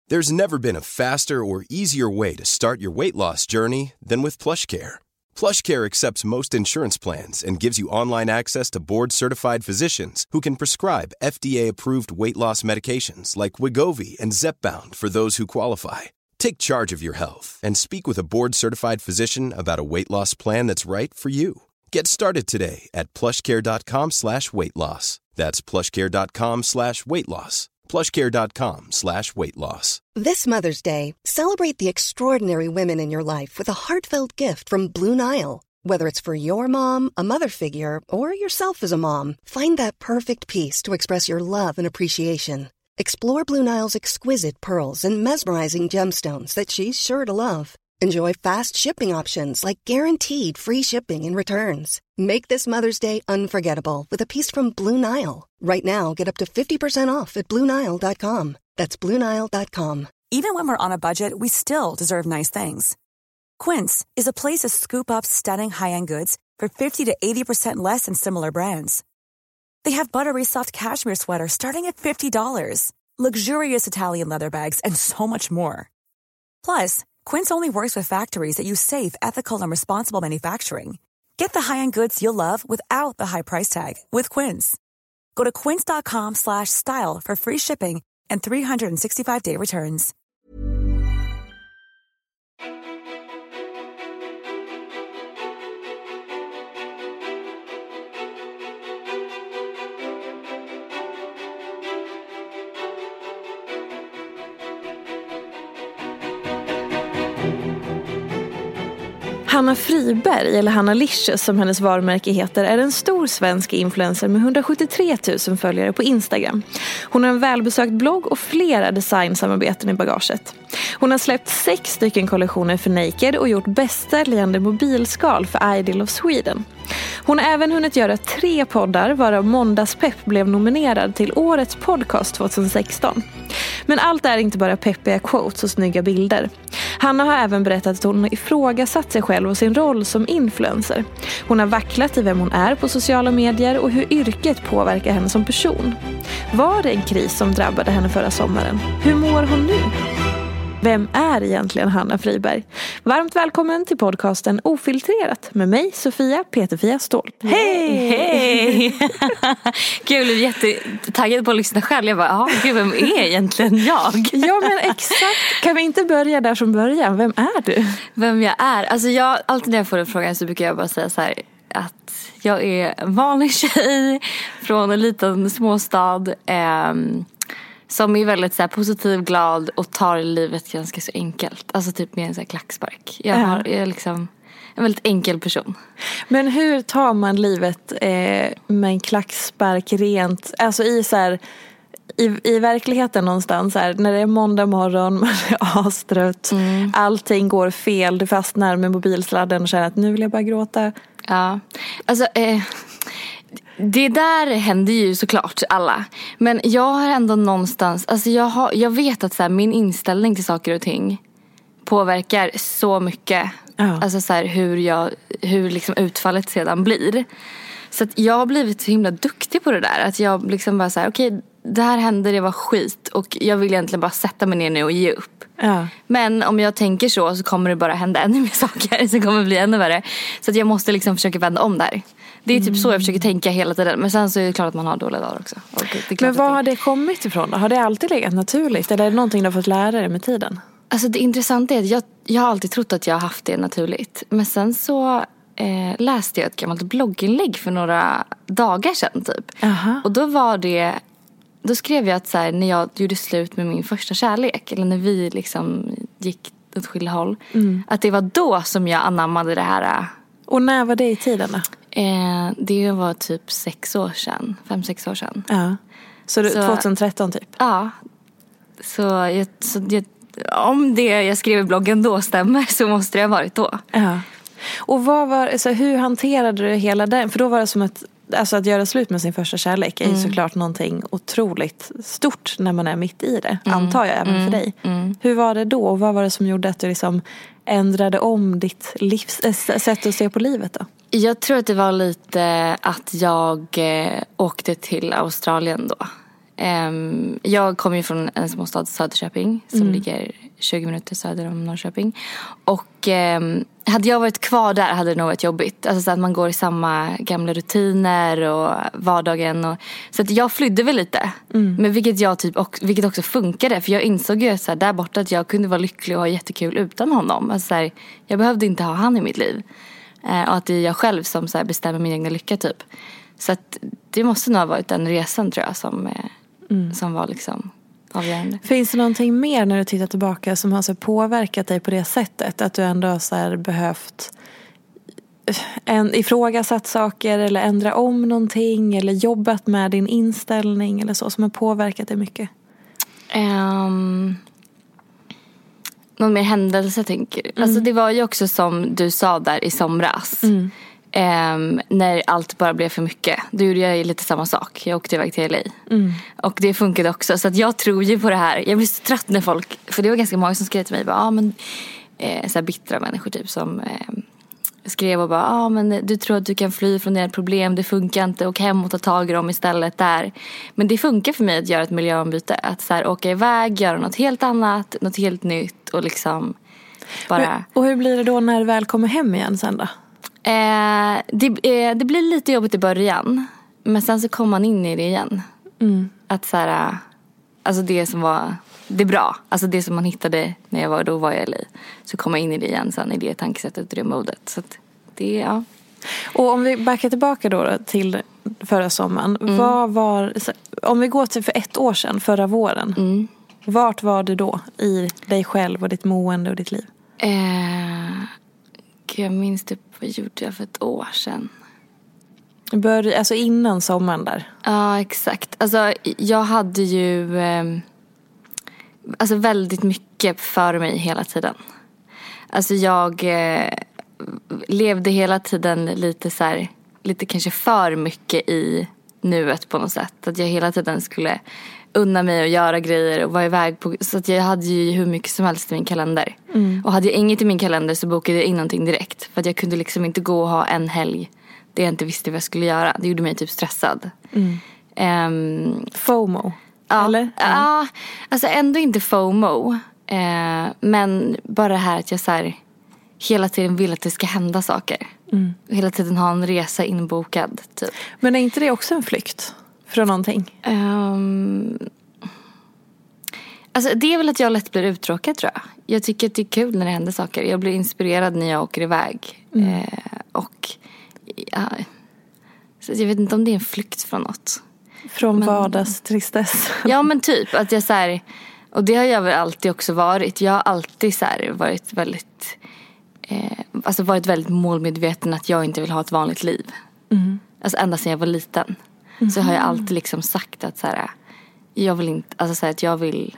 There's never been a faster or easier way to start your weight loss journey than with PlushCare. PlushCare accepts most insurance plans and gives you online access to board-certified physicians who can prescribe FDA-approved weight loss medications like Wegovy and Zepbound for those who qualify. Take charge of your health and speak with a board-certified physician about a weight loss plan that's right for you. Get started today at plushcare.com/weightloss. That's plushcare.com/weightloss. plushcare.com/weightloss. This Mother's Day, celebrate the extraordinary women in your life with a heartfelt gift from Blue Nile. Whether it's for your mom, a mother figure, or yourself as a mom, find that perfect piece to express your love and appreciation. Explore Blue Nile's exquisite pearls and mesmerizing gemstones that she's sure to love. Enjoy fast shipping options like guaranteed free shipping and returns. Make this Mother's Day unforgettable with a piece from Blue Nile. Right now, get up to 50% off at BlueNile.com. That's BlueNile.com. Even when we're on a budget, we still deserve nice things. Quince is a place to scoop up stunning high-end goods for 50 to 80% less than similar brands. They have buttery soft cashmere sweaters starting at $50, luxurious Italian leather bags, and so much more. Plus, Quince only works with factories that use safe, ethical, and responsible manufacturing. Get the high-end goods you'll love without the high price tag with Quince. Go to quince.com/style for free shipping and 365-day returns. Hanna Friberg, eller Hanna Licious som hennes varumärke heter, är en stor svensk influencer med 173 000 följare på Instagram. Hon har en välbesökt blogg och flera designsamarbeten i bagaget. Hon har släppt 6 stycken kollektioner för Naked och gjort bästsäljande mobilskal för Idol of Sweden. Hon har även hunnit göra 3 poddar, varav Måndagspepp blev nominerad till årets podcast 2016. Men allt är inte bara peppiga quotes och snygga bilder. Hanna har även berättat att hon ifrågasatt sig själv och sin roll som influencer. Hon har vacklat i vem hon är på sociala medier och hur yrket påverkar henne som person. Var det en kris som drabbade henne förra sommaren? Hur mår hon nu? Vem är egentligen Hanna Friberg? Varmt välkommen till podcasten Ofiltrerat med mig, Sofia Peterfia Ståhl. Hej! Hej! Kul, jag är jättetaggad på att lyssna själv. Jag bara, gud, vem är egentligen jag? Ja, men exakt. Kan vi inte börja där från början? Vem är du? Vem jag är? Alltså alltid när jag får den frågan så brukar jag bara säga så här, att jag är en vanlig tjej från en liten småstad, som är väldigt så här positiv, glad och tar livet ganska så enkelt. Alltså typ med en så här klackspark. Jag är liksom en väldigt enkel person. Men hur tar man livet med en klackspark rent? Alltså i så här, i verkligheten någonstans här, när det är måndag morgon, man är astrött, allting går fel, du fastnar med mobilsladden och känner att nu vill jag bara gråta. Ja, alltså det där händer ju såklart alla. Men jag har ändå någonstans, alltså jag vet att så här, min inställning till saker och ting påverkar så mycket. Alltså så här, hur liksom utfallet sedan blir. Så att jag har blivit så himla duktig på det där. Att jag liksom bara så här, okej, det här hände, det var skit. Och jag vill egentligen bara sätta mig ner nu och ge upp. Men om jag tänker så kommer det bara hända ännu mer saker. Så kommer det bli ännu värre. Så att jag måste liksom försöka vända om där. Det är typ så jag försöker tänka hela tiden. Men sen så är det klart att man har dåliga dagar också. Men var har det kommit ifrån då? Har det alltid legat naturligt? Eller är det någonting du har fått lära dig med tiden? Alltså det intressanta är att jag har alltid trott att jag har haft det naturligt. Men sen så läste jag ett gammalt blogginlägg för några dagar sedan typ. Och då skrev jag att så här, när jag gjorde slut med min första kärlek, eller när vi liksom gick åt skilda håll, att det var då som jag anammade det här. Och när var det i tiden då? Det var typ 5-6 år sedan. Ja. Så 2013 typ? Ja. Så om det jag skrev i bloggen då stämmer så måste det ha varit då. Ja. Och hur hanterade du hela den? För då var det som att göra slut med sin första kärlek är ju såklart någonting otroligt stort när man är mitt i det, antar jag, även för dig. Hur var det då? Och vad var det som gjorde att du liksom ändrade om ditt sätt att se på livet då? Jag tror att det var lite att jag åkte till Australien då. Jag kommer ju från en småstad, Söderköping, som ligger 20 minuter söder om Norrköping. Och hade jag varit kvar där hade det nog varit jobbigt. Alltså så att man går i samma gamla rutiner och vardagen. Så att jag flydde väl lite. Men vilket också funkade. För jag insåg ju så här, där borta att jag kunde vara lycklig och ha jättekul utan honom. Alltså så här, jag behövde inte ha han i mitt liv. Och att det är jag själv som så här bestämmer min egna lycka typ. Så att det måste nog ha varit den resan tror jag som var liksom avgörande. Finns det någonting mer när du tittar tillbaka som har så påverkat dig på det sättet? Att du ändå har så här behövt ifrågasatt saker eller ändra om någonting eller jobbat med din inställning eller så som har påverkat dig mycket? Någon mer händelse tänker du? Alltså det var ju också som du sa där i somras. När allt bara blev för mycket. Då gjorde jag lite samma sak. Jag åkte iväg till LA. Och det funkade också. Så att jag tror ju på det här. Jag blir så trött när folk, för det var ganska många som skrev till mig så här bittra människor typ som skrev och bara men du tror att du kan fly från dina problem. Det funkar inte. Åk hem och ta tag i dem istället där. Men det funkar för mig att göra ett miljöombyte. Att så här, åka iväg, göra något helt annat, något helt nytt och liksom bara. Och hur blir det då när du väl kommer hem igen sen då? Det blir lite jobbigt i början. Men sen så kommer man in i det igen. Att så här, alltså det som var det bra, alltså det som man hittade när jag var i LA, så kommer jag in i det igen sen i det tankesättet och det modet. Så att det, ja. Och om vi backar tillbaka då till förra sommaren, om vi går till för 1 år sedan, förra våren, vart var du då i dig själv och ditt mående och ditt liv? Jag minns typ, vad gjorde jag för 1 år sedan? Alltså innan sommaren där. Ja, exakt. Alltså jag hade ju väldigt mycket för mig hela tiden. Alltså jag levde hela tiden lite så här, lite kanske för mycket i nuet på något sätt. Att jag hela tiden skulle unna mig och göra grejer och vara iväg på, så att jag hade ju hur mycket som helst i min kalender. Och hade jag inget i min kalender så bokade jag in någonting direkt. För att jag kunde liksom inte gå och ha en helg det jag inte visste vad jag skulle göra. Det gjorde mig typ stressad. FOMO, ja, eller? Ja, alltså ändå inte FOMO. Men bara det här att jag så här, hela tiden vill att det ska hända saker. Hela tiden ha en resa inbokad typ. Men är inte det också en flykt från någonting? Alltså det är väl att jag lätt blir uttråkad tror jag. Jag tycker att det är kul när det händer saker. Jag blir inspirerad när jag åker iväg. Och ja, så jag vet inte om det är en flykt från något. Från vardagstristess. Ja men typ att jag så här, och det har jag väl alltid också varit. Jag har alltid så här varit väldigt varit väldigt målmedveten att jag inte vill ha ett vanligt liv. Alltså ända sedan jag var liten. Så har jag alltid liksom sagt att så här, jag vill inte, alltså så här, att jag vill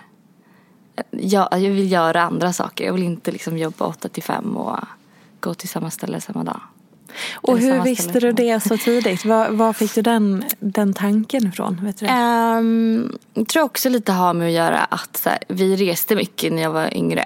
göra andra saker. Jag vill inte liksom jobba 8-5 och gå till samma ställe samma dag. Och hur visste du det så tidigt? Var fick du den tanken ifrån? Vet du det? Jag tror också lite har med att göra att så här, vi reste mycket när jag var yngre.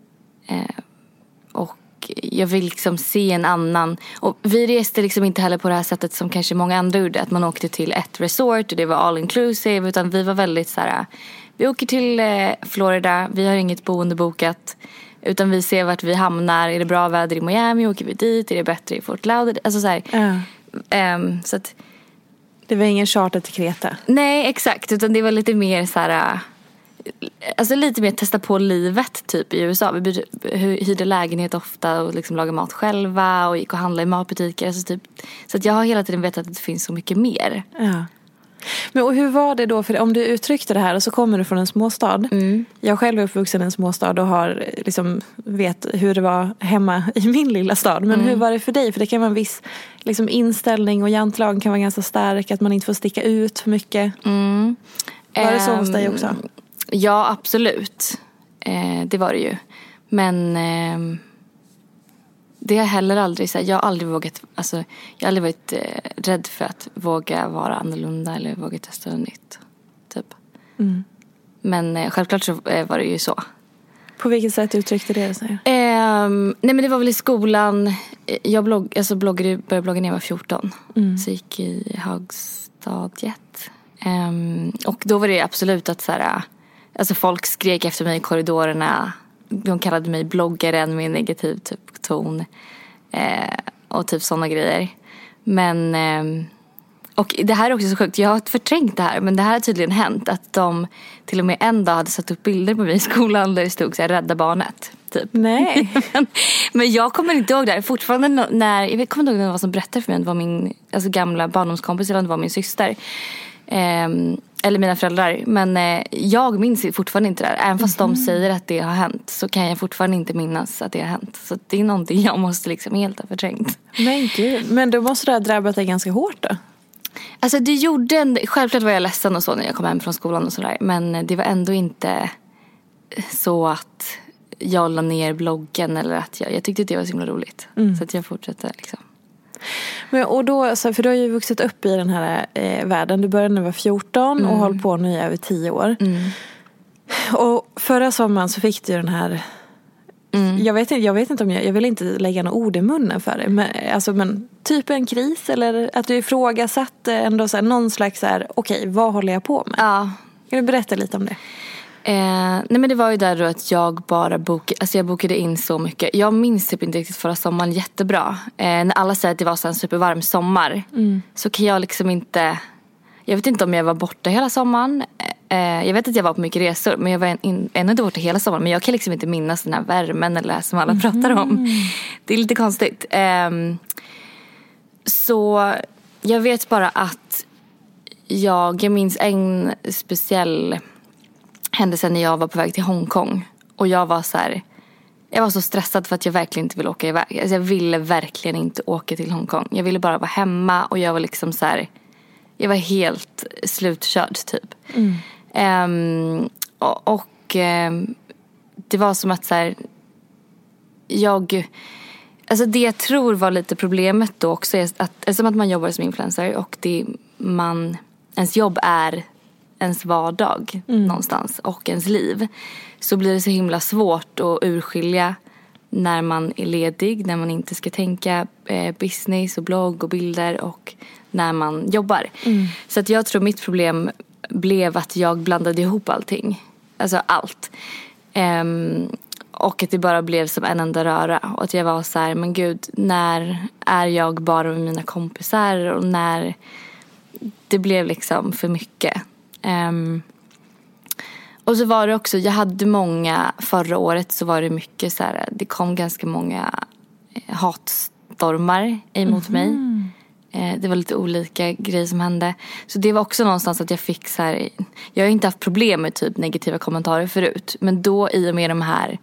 Och jag vill liksom se en annan. Och vi reste liksom inte heller på det här sättet som kanske många andra gjorde. Att man åkte till ett resort och det var all inclusive. Utan vi var väldigt så här, vi åker till Florida, vi har inget boende bokat. Utan vi ser vart vi hamnar. Är det bra väder i Miami, åker vi dit. Är det bättre i Fort Lauderdale? Alltså så här, så att, det var ingen charter till Kreta. Nej, exakt. Utan det var lite mer så här, alltså lite mer testa på livet typ i USA. Vi hyrde lägenhet ofta och liksom lagade mat själva och gick och handlade i matbutiker. Alltså typ, så att jag har hela tiden vetat att det finns så mycket mer. Ja. Men och hur var det då, för om du uttryckte det här och så kommer du från en småstad. Jag själv är uppvuxen i en småstad och har liksom vet hur det var hemma i min lilla stad. Men hur var det för dig? För det kan vara en viss liksom, inställning och jantlagen kan vara ganska stark, att man inte får sticka ut för mycket. Var det så hos dig också? Ja, absolut. Det var det ju. Men det har heller aldrig så här, jag har aldrig vågat, alltså jag har aldrig varit rädd för att våga vara annorlunda eller våga testa något nytt typ. Men självklart så var det ju så. På vilket sätt uttryckte det sig? Nej men det var väl i skolan. Jag började blogga när jag var 14. Så gick i högstadiet. Och då var det absolut att så här, alltså folk skrek efter mig i korridorerna. De kallade mig bloggaren med negativ typ ton. Och typ sådana grejer. Men och det här är också så sjukt. Jag har förträngt det här, men det här har tydligen hänt. Att de till och med en dag hade satt upp bilder på mig i skolan där det stod så här, rädda barnet typ. Nej. Men jag kommer inte ihåg det här. Fortfarande när, jag kommer inte ihåg vad som berättade för mig. Det var min gamla barndomskompis eller det var min syster. Eller mina föräldrar. Men jag minns fortfarande inte det här. Även fast de säger att det har hänt, så kan jag fortfarande inte minnas att det har hänt. Så det är någonting jag måste liksom helt ha förträngt. Men gud. Men då måste det ha drabbat dig ganska hårt då? Alltså det gjorde självklart var jag ledsen och så när jag kom hem från skolan och sådär. Men det var ändå inte så att jag la ner bloggen. Eller att jag tyckte att det var så himla roligt. Så att jag fortsatte liksom. Men, och då, för du har ju vuxit upp i den här världen. Du började när du var 14 och håll på nu i över 10 år. Och förra sommaren så fick du den här... Jag vet inte om jag vill inte lägga några ord i munnen för det. Men typ en kris eller att du ifrågasatte ändå så här, någon slags så här, okej, vad håller jag på med? Ja. Kan du berätta lite om det? Nej men det var ju där då att jag bara jag bokade in så mycket. Jag minns typ inte riktigt förra sommaren jättebra. När alla säger att det var så en supervarm sommar, så kan jag liksom inte... Jag vet inte om jag var borta hela sommaren. Jag vet att jag var på mycket resor, men jag var ännu inte borta hela sommaren. Men jag kan liksom inte minnas den här värmen eller som alla pratar om. Det är lite konstigt. Så jag vet bara att jag minns en speciell händelse när jag var på väg till Hongkong. Och jag var så stressad för att jag verkligen inte ville åka iväg. Alltså jag ville verkligen inte åka till Hongkong. Jag ville bara vara hemma och jag var liksom så här... Jag var helt slutkörd typ. Det var som att så här, alltså det jag tror var lite problemet då också är att som att man jobbar som influencer och ens jobb är ens vardag någonstans och ens liv, så blir det så himla svårt att urskilja när man är ledig, när man inte ska tänka business och blogg och bilder och när man jobbar. Så att jag tror mitt problem blev att jag blandade ihop allting. Alltså allt. Och att det bara blev som en enda röra. Och att jag var så här, men gud, när är jag bara med mina kompisar? Och när det blev liksom för mycket. Och så var det också, jag hade många, förra året så var det mycket så här, det kom ganska många hatstormar emot mig. Det var lite olika grejer som hände. Så det var också någonstans att jag fick så här, jag har inte haft problem med typ negativa kommentarer förut. Men då i och med de här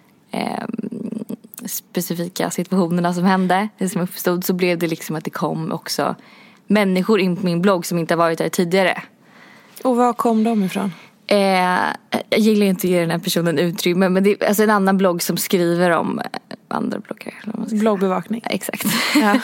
specifika situationerna som hände, det som uppstod, så blev det liksom att det kom också människor in på min blogg som inte har varit där tidigare. Och var kom de ifrån? Jag gillar inte att ge den här personen utrymme, men det är alltså en annan blogg som skriver om andra bloggar. Bloggbevakning. Exakt. Ja.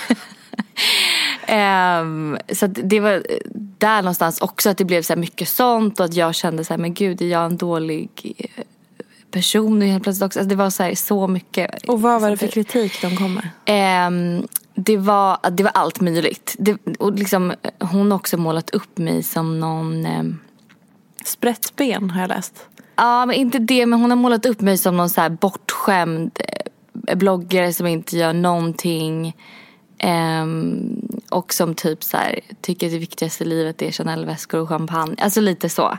Så att det var där någonstans också att det blev så här mycket sånt och att jag kände så här, men gud, är jag en dålig person nu helt plötsligt också. Alltså det var så mycket. Och vad var det för kritik de kom med? Det var allt möjligt. Och liksom, hon har också målat upp mig som någon sprättben har jag läst. Ja, men inte det, men hon har målat upp mig som någon så här bortskämd bloggare som inte gör någonting. Och som typ så här, tycker att det viktigaste i livet är Chanel-väskor och champagne. Alltså lite så.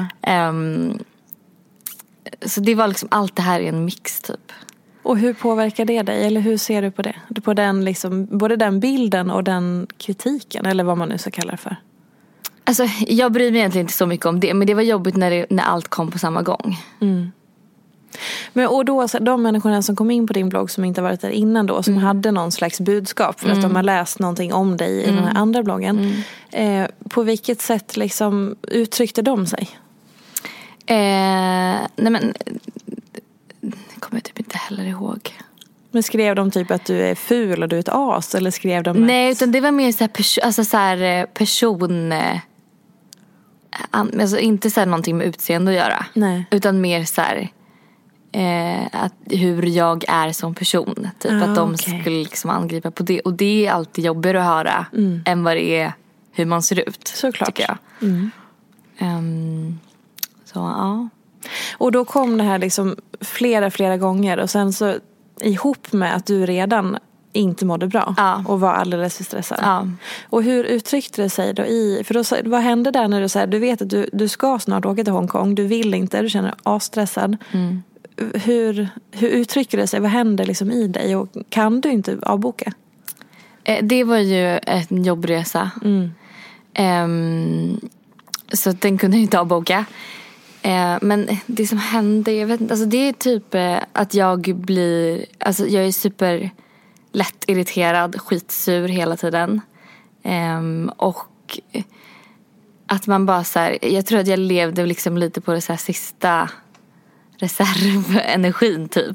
Så det var liksom, allt det här är en mix typ. Och hur påverkar det dig? Eller hur ser du på det? På den liksom, både den bilden och den kritiken, eller vad man nu så kallar det för. Alltså jag bryr mig egentligen inte så mycket om det, men det var jobbigt när allt kom på samma gång. Men och då så de människorna som kom in på din blogg som inte varit där innan då, som hade någon slags budskap för att de har läst någonting om dig i den här andra bloggen. På vilket sätt liksom uttryckte de sig? Nej men kommer jag typ inte heller ihåg. Men skrev de typ att du är ful och du är ett as, eller skrev de Nej, utan det var mer så här person alltså inte så här någonting med utseende att göra. Nej. Utan mer så här att hur jag är som person typ, att de skulle liksom angripa på det. Och det är alltid jobbigare att höra än vad det är hur man ser ut. Såklart. Tycker jag. Så ja. Och då kom det här liksom flera gånger. Och sen så ihop med att du redan inte mådde bra. Och var alldeles för stressad. Och hur uttryckte det sig då för då, vad hände där när du säger, du vet att du ska snart åka till Hongkong. Du vill inte, du känner asstressad. Hur uttrycker det sig? Vad händer liksom i dig? Och kan du inte avboka? Det var ju en jobbresa. Så den kunde jag inte avboka. Men det som hände, jag vet inte, alltså det är typ att jag är super lätt irriterad, skitsur hela tiden. Och att man bara så här, jag tror att jag levde liksom lite på det så här sista reservenergin typ.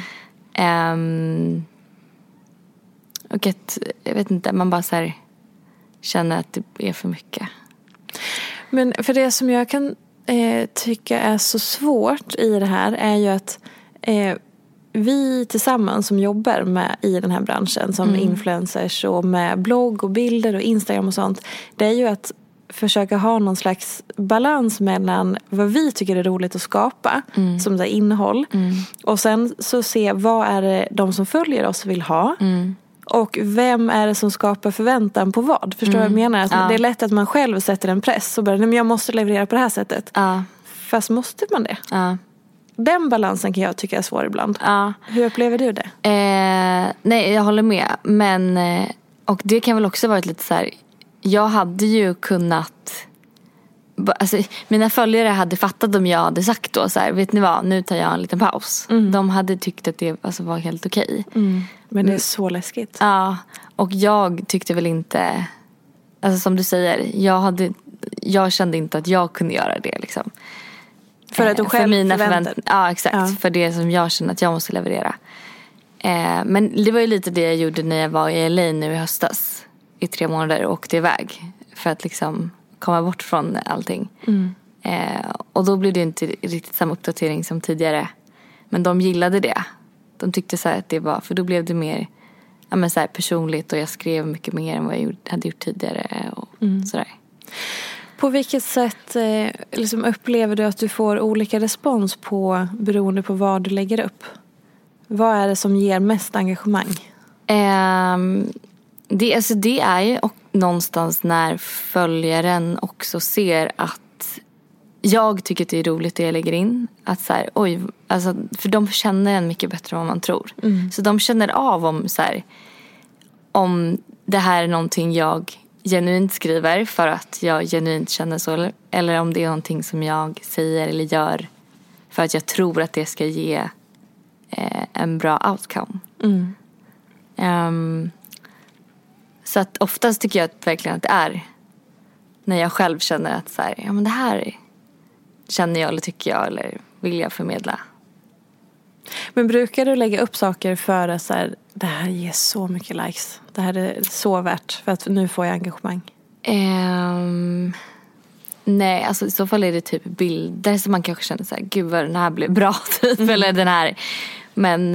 Och att, jag vet inte, man bara så här känner att det är för mycket. Men för det som jag kan tycka är så svårt i det här är ju att vi tillsammans som jobbar i den här branschen som influencers och med blogg och bilder och Instagram och sånt, det är ju att försöka ha någon slags balans mellan vad vi tycker är roligt att skapa som det innehåll och sen så se vad är det de som följer oss vill ha och vem är det som skapar förväntan på vad. Förstår du vad jag menar? Att det är lätt att man själv sätter en press och bara, nej men jag måste leverera på det här sättet. Fast måste man det? Den balansen kan jag tycka är svår ibland. Hur upplever du det? Nej, jag håller med. Men, och det kan väl också varit lite så här, jag hade ju kunnat, alltså, mina följare hade fattat om jag hade sagt då så här, vet ni vad, nu tar jag en liten paus. De hade tyckt att det alltså var helt okej. Men det är så läskigt. Ja, och jag tyckte väl inte, alltså som du säger, jag kände inte att jag kunde göra det liksom. För att du själv förväntade. Ja, exakt. För det som jag känner att jag måste leverera. Men det var ju lite det jag gjorde när jag var i LA nu i höstas. I 3 månader och åkte iväg. För att liksom komma bort från allting. Och då blev det inte riktigt samma uppdatering som tidigare. Men de gillade det. De tyckte så här att det var, för då blev det mer så här personligt. Och jag skrev mycket mer än vad jag hade gjort tidigare. Och sådär. På vilket sätt liksom upplever du att du får olika respons på beroende på vad du lägger upp? Vad är det som ger mest engagemang? Det är ju någonstans när följaren också ser att jag tycker att det är roligt det jag lägger in. Att så här, oj, alltså, för de känner en mycket bättre än vad man tror. Så de känner av om så här, om det här är någonting jag genuint skriver för att jag genuint känner så, eller om det är någonting som jag säger eller gör för att jag tror att det ska ge en bra outcome. Så att oftast tycker jag att verkligen att det är när jag själv känner att så här, ja men det här känner jag eller tycker jag eller vill jag förmedla. Men brukar du lägga upp saker för att så här, det här ger så mycket likes, det här är så värt för att nu får jag engagemang? Nej, alltså i så fall är det typ bilder som man kanske känner så här, gud vad den här blev bra typ, eller den här. Men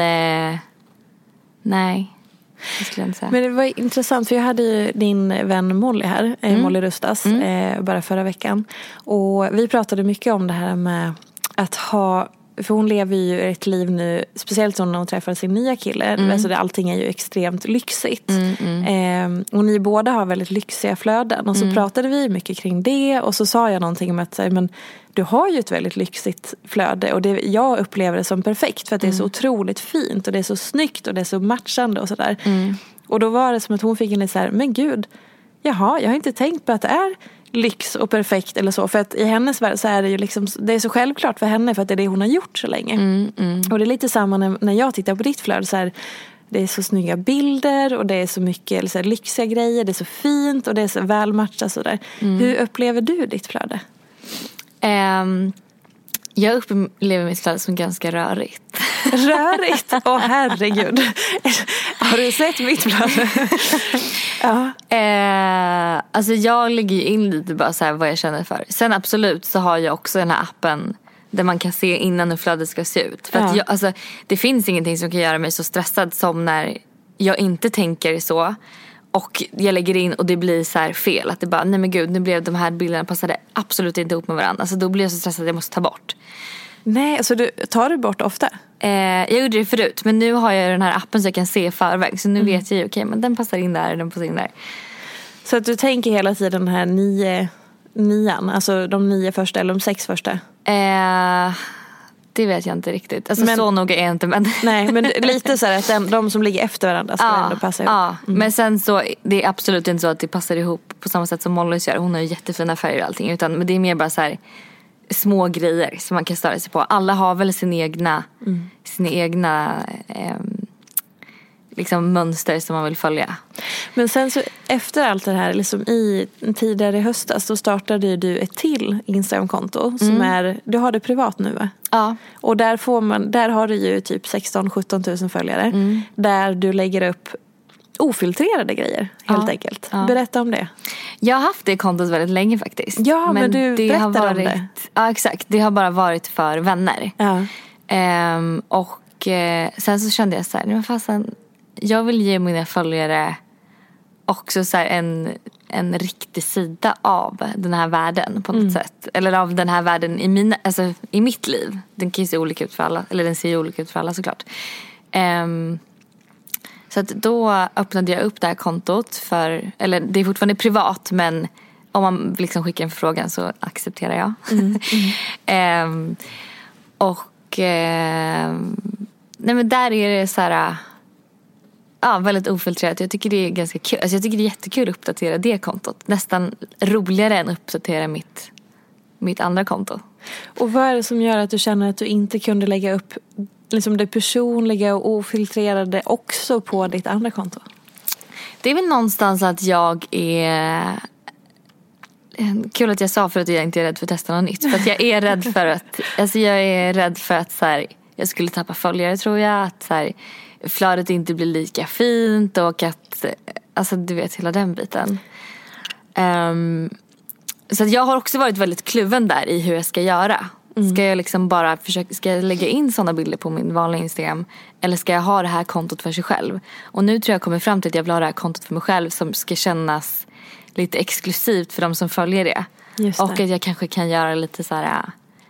nej, det skulle jag inte säga. Men det var intressant för jag hade ju din vän Molly här, Molly Rustas, bara förra veckan. Och vi pratade mycket om det här med att ha, för hon lever ju ett liv nu, speciellt när hon träffar sin nya kille. Alltså allting är ju extremt lyxigt. Och ni båda har väldigt lyxiga flöden. Och så pratade vi mycket kring det. Och så sa jag någonting om att men du har ju ett väldigt lyxigt flöde. Och jag upplever det som perfekt. För att det är så otroligt fint. Och det är så snyggt. Och det är så matchande och sådär. Och då var det som att hon fick en lite så här, men gud, jaha, jag har inte tänkt på att det är lyx och perfekt eller så, för att i hennes värld så är det ju liksom, det är så självklart för henne för att det är det hon har gjort så länge. Och det är lite samma när jag tittar på ditt flöde så här, det är så snygga bilder och det är så mycket så här, lyxiga grejer, det är så fint och det är så välmatchat så där. Hur upplever du ditt flöde? Jag upplever mitt flöde som ganska rörigt. Rörigt? Åh herregud. Har du sett mitt flöde? Ja. Alltså jag lägger ju in lite bara så här vad jag känner för. Sen absolut så har jag också den här appen där man kan se innan hur flödet ska se ut. För att alltså, det finns ingenting som kan göra mig så stressad som när jag inte tänker så. och jag lägger in och det blir så här fel. Att det bara, nej men gud, nu blev de här bilderna passade absolut inte ihop med varandra. Alltså då blir jag så stressad att jag måste ta bort. Nej, alltså tar du bort ofta? Jag gjorde det förut, men nu har jag den här appen så jag kan se i förväg. Så nu vet jag ju, okej, men den passar in där, den passar in där. Så att du tänker hela tiden den här 9, alltså de 9 första eller de 6 första? Det vet jag inte riktigt. Alltså så noga är jag inte. Men nej, men lite så här att de som ligger efter varandra ska ändå passa ihop. Ja, men sen så det är absolut inte så att det passar ihop på samma sätt som Mollys gör. Hon har ju jättefina färger och allting. Men det är mer bara så här små grejer som man kan störa sig på. Alla har väl sina egna liksom mönster som man vill följa. Men sen så efter allt det här liksom i tidigare höstas så startade du ett till Instagram-konto som är, du har det privat nu va? Ja. Och där har du ju typ 16-17 000 följare där du lägger upp ofiltrerade grejer helt enkelt. Ja. Berätta om det. Jag har haft det kontot väldigt länge faktiskt. Ja, men du berättar om det. Ja, exakt. Det har bara varit för vänner. Ja. Sen så kände jag så här, men fasen, jag vill ge mina följare också så här en riktig sida av den här världen på något sätt. Eller av den här världen i mitt liv. Den kan ju se olika ut för alla. Eller den ser ju olika ut för alla såklart. Så att då öppnade jag upp det här kontot eller det är fortfarande privat, men om man liksom skickar en förfrågan så accepterar jag. Nej men där är det så här, väldigt ofiltrerat. Jag tycker det är ganska kul. Alltså jag tycker det är jättekul att uppdatera det kontot. Nästan roligare än att uppdatera mitt andra konto. Och vad är det som gör att du känner att du inte kunde lägga upp liksom det personliga och ofiltrerade också på ditt andra konto? Det är väl någonstans att jag är... Kul att jag sa förut att jag inte är rädd för att testa något nytt. För att jag är rädd för att... Alltså jag är rädd för att så här, jag skulle tappa följare, tror jag. Att så här, flödet inte blir lika fint och att... Alltså du vet, hela den biten. Så att jag har också varit väldigt kluven där i hur jag ska göra. Ska jag liksom bara ska jag lägga in sådana bilder på min vanliga Instagram, eller ska jag ha det här kontot för sig själv? Och nu tror jag kommer fram till att jag vill ha det här kontot för mig själv som ska kännas lite exklusivt för de som följer det. Och att jag kanske kan göra lite så här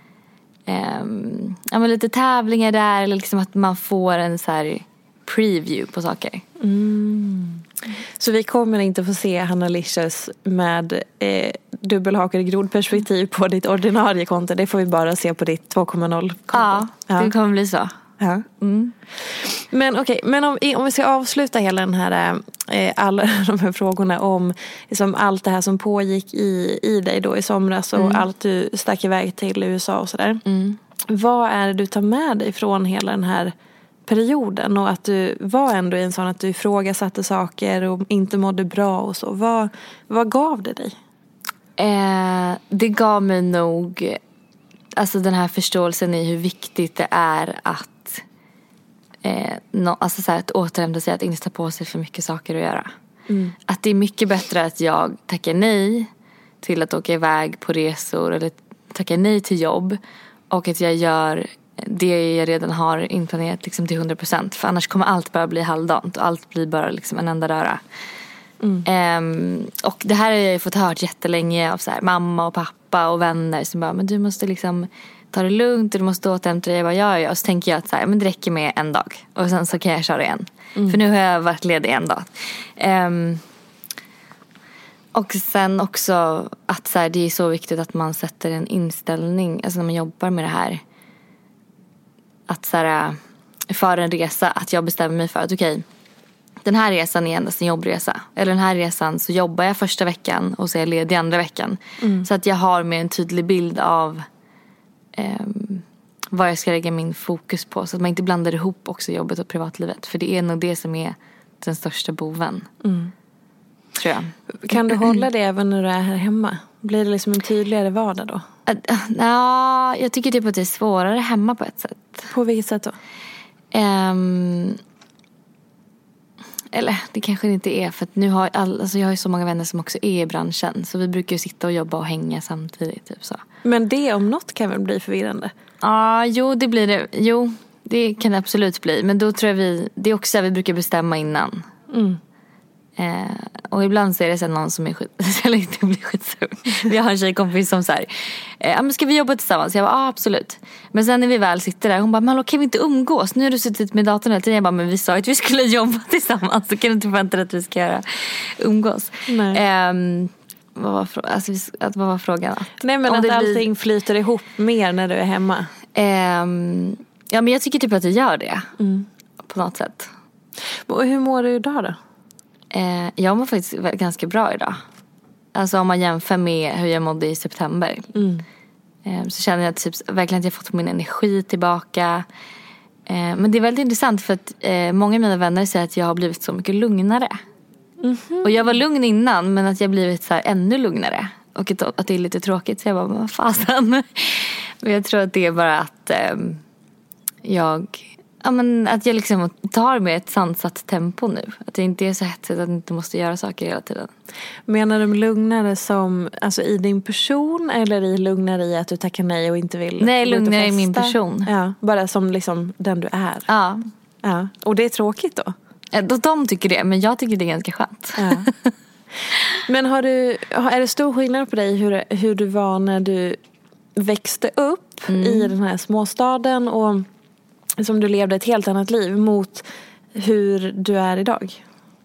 lite tävlingar där, eller liksom att man får en så här preview på saker. Så vi kommer inte få se Hanna Licious med dubbelhakade grodperspektiv på ditt ordinarie konto. Det får vi bara se på ditt 2.0-konto. Ja, det kommer bli så. Ja. Men okej, men om vi ska avsluta hela den här alla de här frågorna om liksom allt det här som pågick i dig då i somras och allt du stack iväg till USA och sådär. Vad är det du tar med dig från hela den här perioden, och att du var ändå en sån att du ifrågasatte saker och inte mådde bra och så. Vad gav det dig? Det gav mig nog alltså den här förståelsen i hur viktigt det är att alltså så här, att återhämta sig, att inte ta på sig för mycket saker att göra. Att det är mycket bättre att jag tackar nej till att åka iväg på resor eller tackar nej till jobb, och att jag gör det jag redan har inplanerat liksom till 100%. För annars kommer allt bara bli halvdant och allt blir bara liksom en enda röra. Och det här har jag ju fått hört jättelänge av så här, mamma och pappa och vänner som bara, men du måste liksom ta det lugnt och du måste återhämta dig. Jag bara, ja. Och så tänker jag att så här, men det räcker med en dag och sen så kan jag köra igen. För nu har jag varit ledig en dag. Och sen också att så här, det är så viktigt att man sätter en inställning, alltså när man jobbar med det här, att så här, för en resa, att jag bestämmer mig för att okej, den här resan är endast en jobbresa. Eller den här resan så jobbar jag första veckan och så är jag ledig andra veckan. Så att jag har med en tydlig bild av vad jag ska lägga min fokus på. Så att man inte blandar ihop också jobbet och privatlivet. För det är nog det som är den största boven. Tror jag. Kan du hålla det även när du är här hemma? Blir det liksom en tydligare vardag då? Ja, jag tycker typ att det är svårare hemma på ett sätt. På vilket sätt då? Eller det kanske inte är, för att nu har jag har ju så många vänner som också är i branschen, så vi brukar ju sitta och jobba och hänga samtidigt typ så. Men det om något kan väl bli förvirrande? Ja, det blir det. Jo, det kan det absolut bli, men då tror jag det är också att vi brukar bestämma innan. Och ibland så är det så någon som är eller inte blir skitsur. Vi har en tjejkompis som så här, men ska vi jobba tillsammans? Jag bara, absolut. Men sen när vi väl sitter där, hon bara, men kan vi inte umgås? Nu har du suttit med datorn hela tiden. Jag bara, men vi sa att vi skulle jobba tillsammans. Så kan du inte förvänta dig att vi ska umgås. Nej. Vad var frågan? Nej, men att allting flyter ihop mer när du är hemma. Ja, men jag tycker typ att det gör det. På något sätt. Och hur mår du idag då? Jag mår faktiskt ganska bra idag. Alltså om man jämför med hur jag mådde i september. Så känner jag typ, verkligen att jag fått min energi tillbaka. Men det är väldigt intressant för att många av mina vänner säger att jag har blivit så mycket lugnare. Och jag var lugn innan, men att jag blivit så här ännu lugnare. Och att det är lite tråkigt. Så jag bara, vad fasen. Men jag tror att det är bara att att jag liksom tar med ett sansat tempo nu. Att det inte är så hetsigt att jag inte måste göra saker hela tiden. Menar du lugnare som alltså i din person eller i lugnare i att du tackar nej och inte vill? Nej, lugnare i min person. Ja, bara som liksom den du är. Ja. Och det är tråkigt då? De tycker det, men jag tycker det är ganska skönt. Ja. Men är det stor skillnad på dig hur du var när du växte upp i den här småstaden och som du levde ett helt annat liv mot hur du är idag?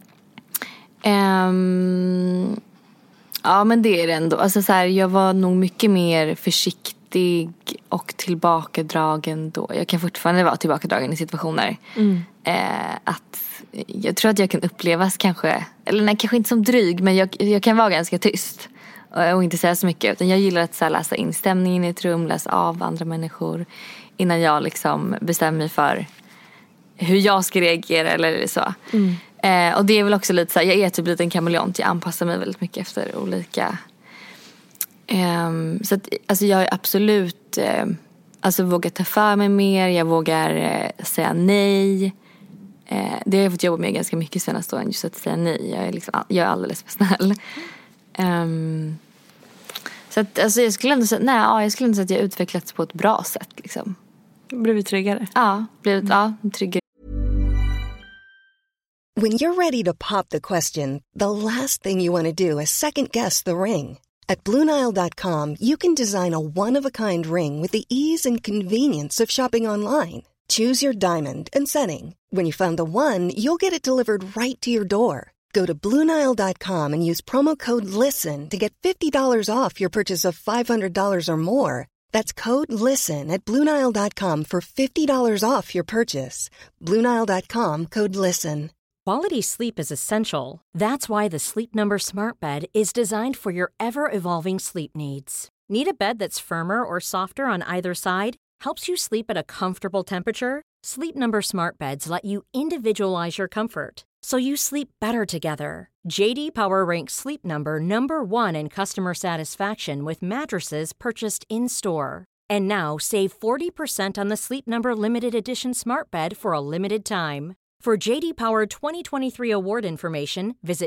Ja, men det är det ändå. Alltså så här, jag var nog mycket mer försiktig och tillbakadragen då. Jag kan fortfarande vara tillbakadragen i situationer. Jag tror att jag kan upplevas kanske, eller nej, kanske inte som dryg, men jag kan vara ganska tyst och inte säga så mycket, utan jag gillar att så här, läsa in stämningen i ett rum, läsa av andra människor innan jag liksom bestämmer mig för hur jag ska reagera eller så. Och det är väl också lite så här, jag är typ lite en kameleont, jag anpassar mig väldigt mycket efter olika så att, alltså jag är absolut vågar ta för mig mer, jag vågar säga nej. Det har jag fått jobba med ganska mycket senaste åren, just att säga nej. Jag är alldeles för snäll. Så att, alltså, jag skulle ändå säga att jag utvecklats på ett bra sätt liksom. Blivit tryggare? Ja, tryggare. When you're ready to pop the question, the last thing you want to do is second guess the ring. At BlueNile.com you can design a one-of-a-kind ring with the ease and convenience of shopping online. Choose your diamond and setting. When you find the one, you'll get it delivered right to your door. Go to BlueNile.com and use promo code LISTEN to get $50 off your purchase of $500 or more. That's code LISTEN at BlueNile.com for $50 off your purchase. BlueNile.com, code LISTEN. Quality sleep is essential. That's why the Sleep Number Smart Bed is designed for your ever-evolving sleep needs. Need a bed that's firmer or softer on either side? Helps you sleep at a comfortable temperature? Sleep Number Smart Beds let you individualize your comfort, so you sleep better together. JD Power ranks Sleep Number #1 in customer satisfaction with mattresses purchased in-store. And now save 40% on the Sleep Number Limited Edition Smart Bed for a limited time. For JD Power 2023 award information, visit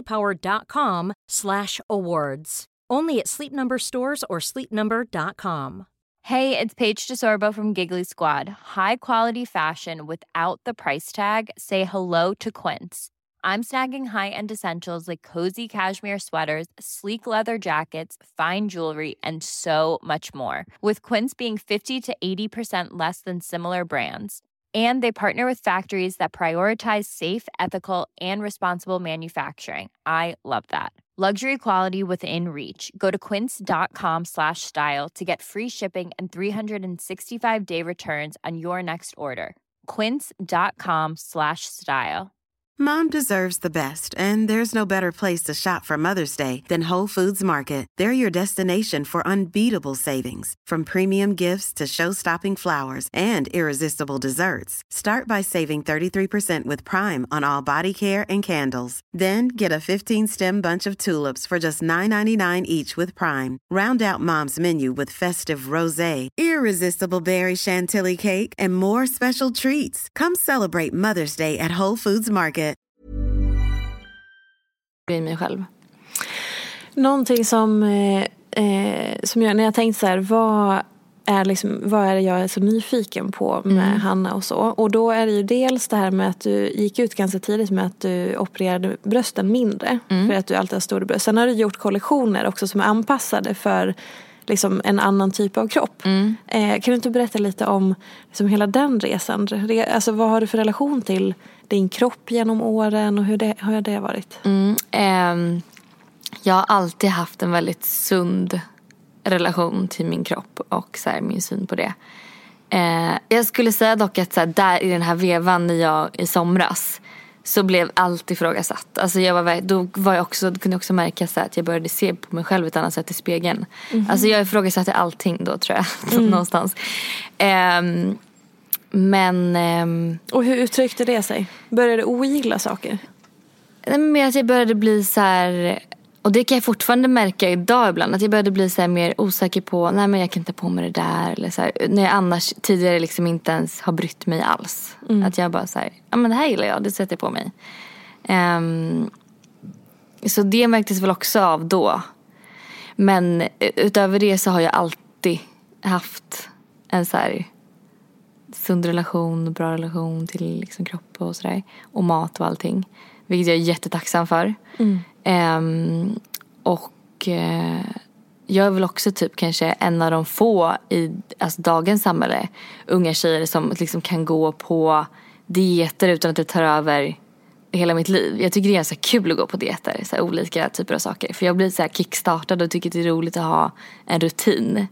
jdpower.com/awards. Only at Sleep Number stores or sleepnumber.com. Hey, it's Paige DeSorbo from Giggly Squad. High quality fashion without the price tag. Say hello to Quince. I'm snagging high-end essentials like cozy cashmere sweaters, sleek leather jackets, fine jewelry, and so much more. With Quince being 50 to 80% less than similar brands. And they partner with factories that prioritize safe, ethical, and responsible manufacturing. I love that. Luxury quality within reach. Go to quince.com/style to get free shipping and 365-day returns on your next order. Quince.com/style. Mom deserves the best, and there's no better place to shop for Mother's Day than Whole Foods Market. They're your destination for unbeatable savings, from premium gifts to show-stopping flowers and irresistible desserts. Start by saving 33% with Prime on all body care and candles. Then get a 15-stem bunch of tulips for just $9.99 each with Prime. Round out Mom's menu with festive rosé, irresistible berry chantilly cake, and more special treats. Come celebrate Mother's Day at Whole Foods Market. I mig själv. Någonting som jag, när jag tänkte så här, är liksom, vad är det jag är så nyfiken på med Hanna och så. Och då är det ju dels det här med att du gick ut ganska tidigt med att du opererade brösten mindre. För att du alltid har stora bröst. Sen har du gjort kollektioner också som är anpassade för liksom en annan typ av kropp. Kan du inte berätta lite om liksom hela den resan? Alltså vad har du för relation till din kropp genom åren och hur har det varit? Jag har alltid haft en väldigt sund relation till min kropp och så här, min syn på det. Jag skulle säga dock att så här, där i den här vevan när jag i somras så blev allt ifrågasatt. Alltså då kunde jag också märka så här, att jag började se på mig själv ett annat sätt i spegeln. Alltså jag ifrågasatte allting då, tror jag. Någonstans. Och hur uttryckte det sig? Började du ogilla saker? Men att jag började bli så här. Och det kan jag fortfarande märka idag ibland. Att jag började bli så här mer osäker på. Nej, men jag kan inte på mig det där. Eller så här, när jag annars tidigare liksom inte ens har brytt mig alls. Att jag bara så här. Ja, men det här gillar jag. Det sätter jag på mig. Så det märktes väl också av då. Men utöver det så har jag alltid haft en så här sund relation. Bra relation till liksom kropp och sådär. Och mat och allting. Vilket jag är jättetacksam för. Jag är väl också typ kanske en av de få i alltså dagens samhälle, unga tjejer som liksom kan gå på dieter utan att det tar över hela mitt liv. Jag tycker det är så kul att gå på dieter, så här olika typer av saker. För jag blir så här kickstartad och tycker det är roligt att ha en rutin.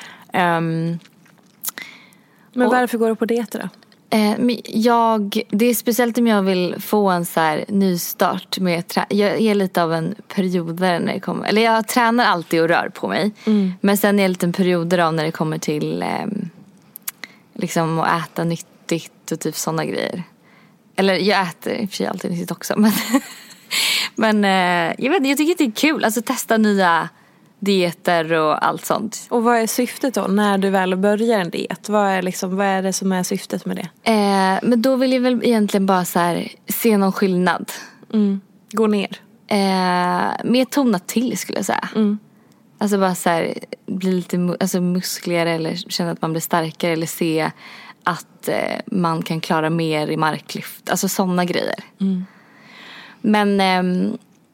Men varför går du på dieter då? Det är speciellt om jag vill få en så här nystart med jag är lite av en perioder när det kommer, eller jag tränar alltid och rör på mig, men sen är jag lite en perioder av när det kommer till liksom att äta nyttigt och typ sådana grejer. Eller jag äter i och för sig alltid nyttigt också, men jag tycker det är kul, alltså testa nya dieter och allt sånt. Och vad är syftet då när du väl börjar en diet? Vad är det som är syftet med det? Men då vill jag väl egentligen bara så här, se någon skillnad. Gå ner. Mer tonat till skulle jag säga. Alltså bara så här, bli lite muskligare eller känna att man blir starkare eller se att man kan klara mer i marklyft. Alltså sådana grejer. Men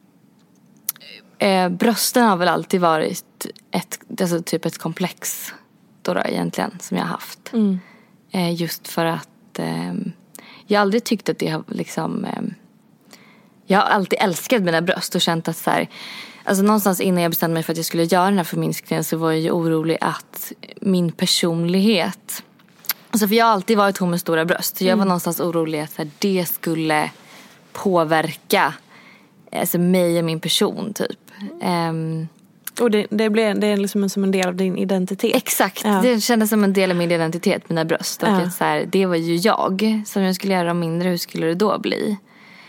brösten har väl alltid varit typ ett komplex då egentligen som jag har haft. Just för att jag aldrig tyckt att det har liksom jag har alltid älskat mina bröst och känt att så här, alltså någonstans innan jag bestämde mig för att jag skulle göra den här förminskningen så var jag ju orolig att min personlighet, alltså för jag har alltid varit hon med stora bröst, så jag var någonstans orolig att så här, det skulle påverka alltså mig och min person typ. Och det är liksom som en del av din identitet. Exakt, det kändes som en del av min identitet, mina bröst. Och att så här, det var ju jag. Som jag skulle göra mindre, hur skulle det då bli?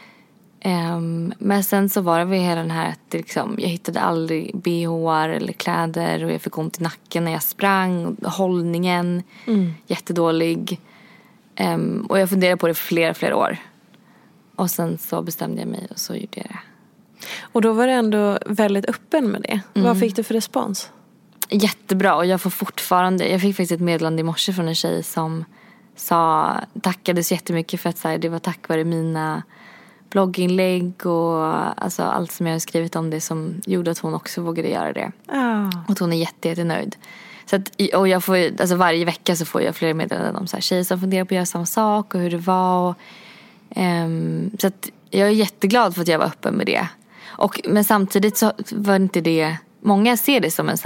Men sen så var det väl hela den här att liksom, jag hittade aldrig BHR eller kläder. Och jag fick ont i nacken när jag sprang. Hållningen, jättedålig. Och jag funderade på det för flera år. Och sen så bestämde jag mig och så gjorde jag det. Och då var du ändå väldigt öppen med det. Vad fick du för respons? Jättebra, och jag fick faktiskt ett meddelande i morse från en tjej som tackade så jättemycket för att så här, det var tack vare mina blogginlägg och alltså, allt som jag har skrivit om det som gjorde att hon också vågade göra det. Och att hon är jättenöjd. Så att, och jag får, alltså varje vecka så får jag flera meddelanden om så här, tjejer som funderar på att göra samma sak och hur det var. Så att jag är jätteglad för att jag var öppen med det. Men samtidigt så var inte det, många ser det som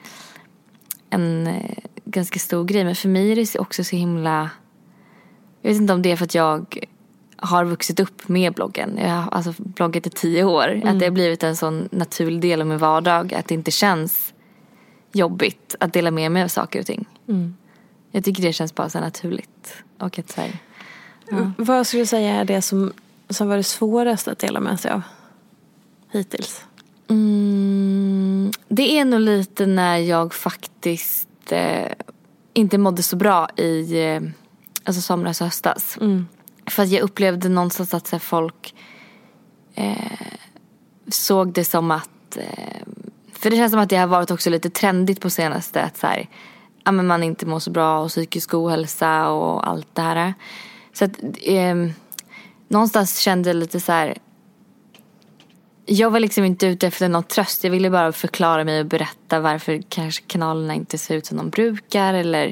en ganska stor grej, men för mig är det också så himla, jag vet inte om det är för att jag har vuxit upp med bloggen. Jag har alltså bloggat i 10 år. Att det har blivit en sån naturlig del av min vardag, att det inte känns jobbigt att dela med mig av saker och ting. Jag tycker det känns bara så naturligt. Och att så här, vad skulle du säga är det som var det svåraste att dela med sig av hittills? Det är nog lite när jag faktiskt inte mådde så bra i alltså somras och höstas. För att jag upplevde någonstans att så här, folk såg det som att för det känns som att det har varit också lite trendigt på senaste att så här, men man inte mår så bra och psykisk ohälsa och allt det här. Så att någonstans kände jag lite så här, jag var liksom inte ute efter någon tröst. Jag ville bara förklara mig och berätta varför kanske kanalerna inte ser ut som de brukar. Eller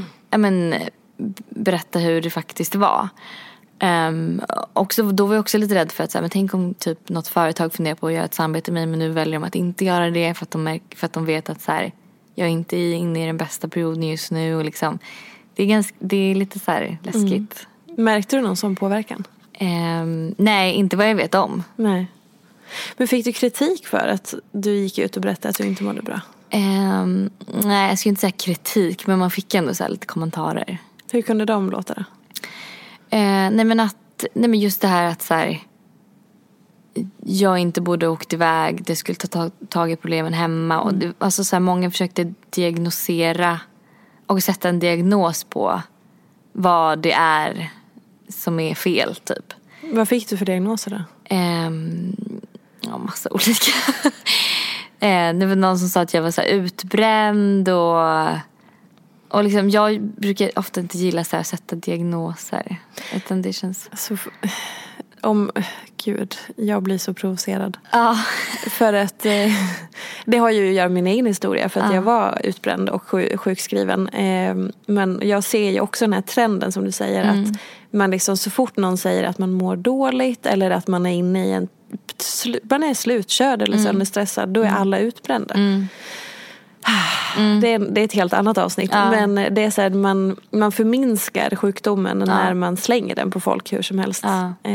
berätta hur det faktiskt var. Och så, då var jag också lite rädd för att så här, men tänk om typ något företag funderar på att göra ett samarbete med mig, men nu väljer de att inte göra det för att de vet att så här, jag är inte inne i den bästa perioden just nu. Och liksom, det är lite så här läskigt. Märkte du någon sån påverkan? Nej, inte vad jag vet om. Nej. Men fick du kritik för att du gick ut och berättade att du inte mådde bra? Nej, jag skulle inte säga kritik, men man fick ändå så här lite kommentarer. Hur kunde de låta då? Nej men just det här att så här, jag inte borde åkt iväg, det skulle ta tag i problemen hemma. Och det, alltså så här, många försökte diagnosera och sätta en diagnos på vad det är som är fel typ. Vad fick du för diagnoser då? Ja, massa olika. Det var någon som sa att jag var så här utbränd och liksom, jag brukar ofta inte gilla så här, sätta diagnoser. Utan det känns... Alltså, Gud, jag blir så provocerad. Ja. För att det har ju att göra med min egen historia. För att jag var utbränd och sjukskriven. Men jag ser ju också den här trenden som du säger. Att man liksom, så fort någon säger att man mår dåligt. Eller att man är inne i man är slutkörd eller sönderstressad. Då är alla utbrända. Det är ett helt annat avsnitt. Men det är så här, man förminskar sjukdomen när man slänger den på folk hur som helst.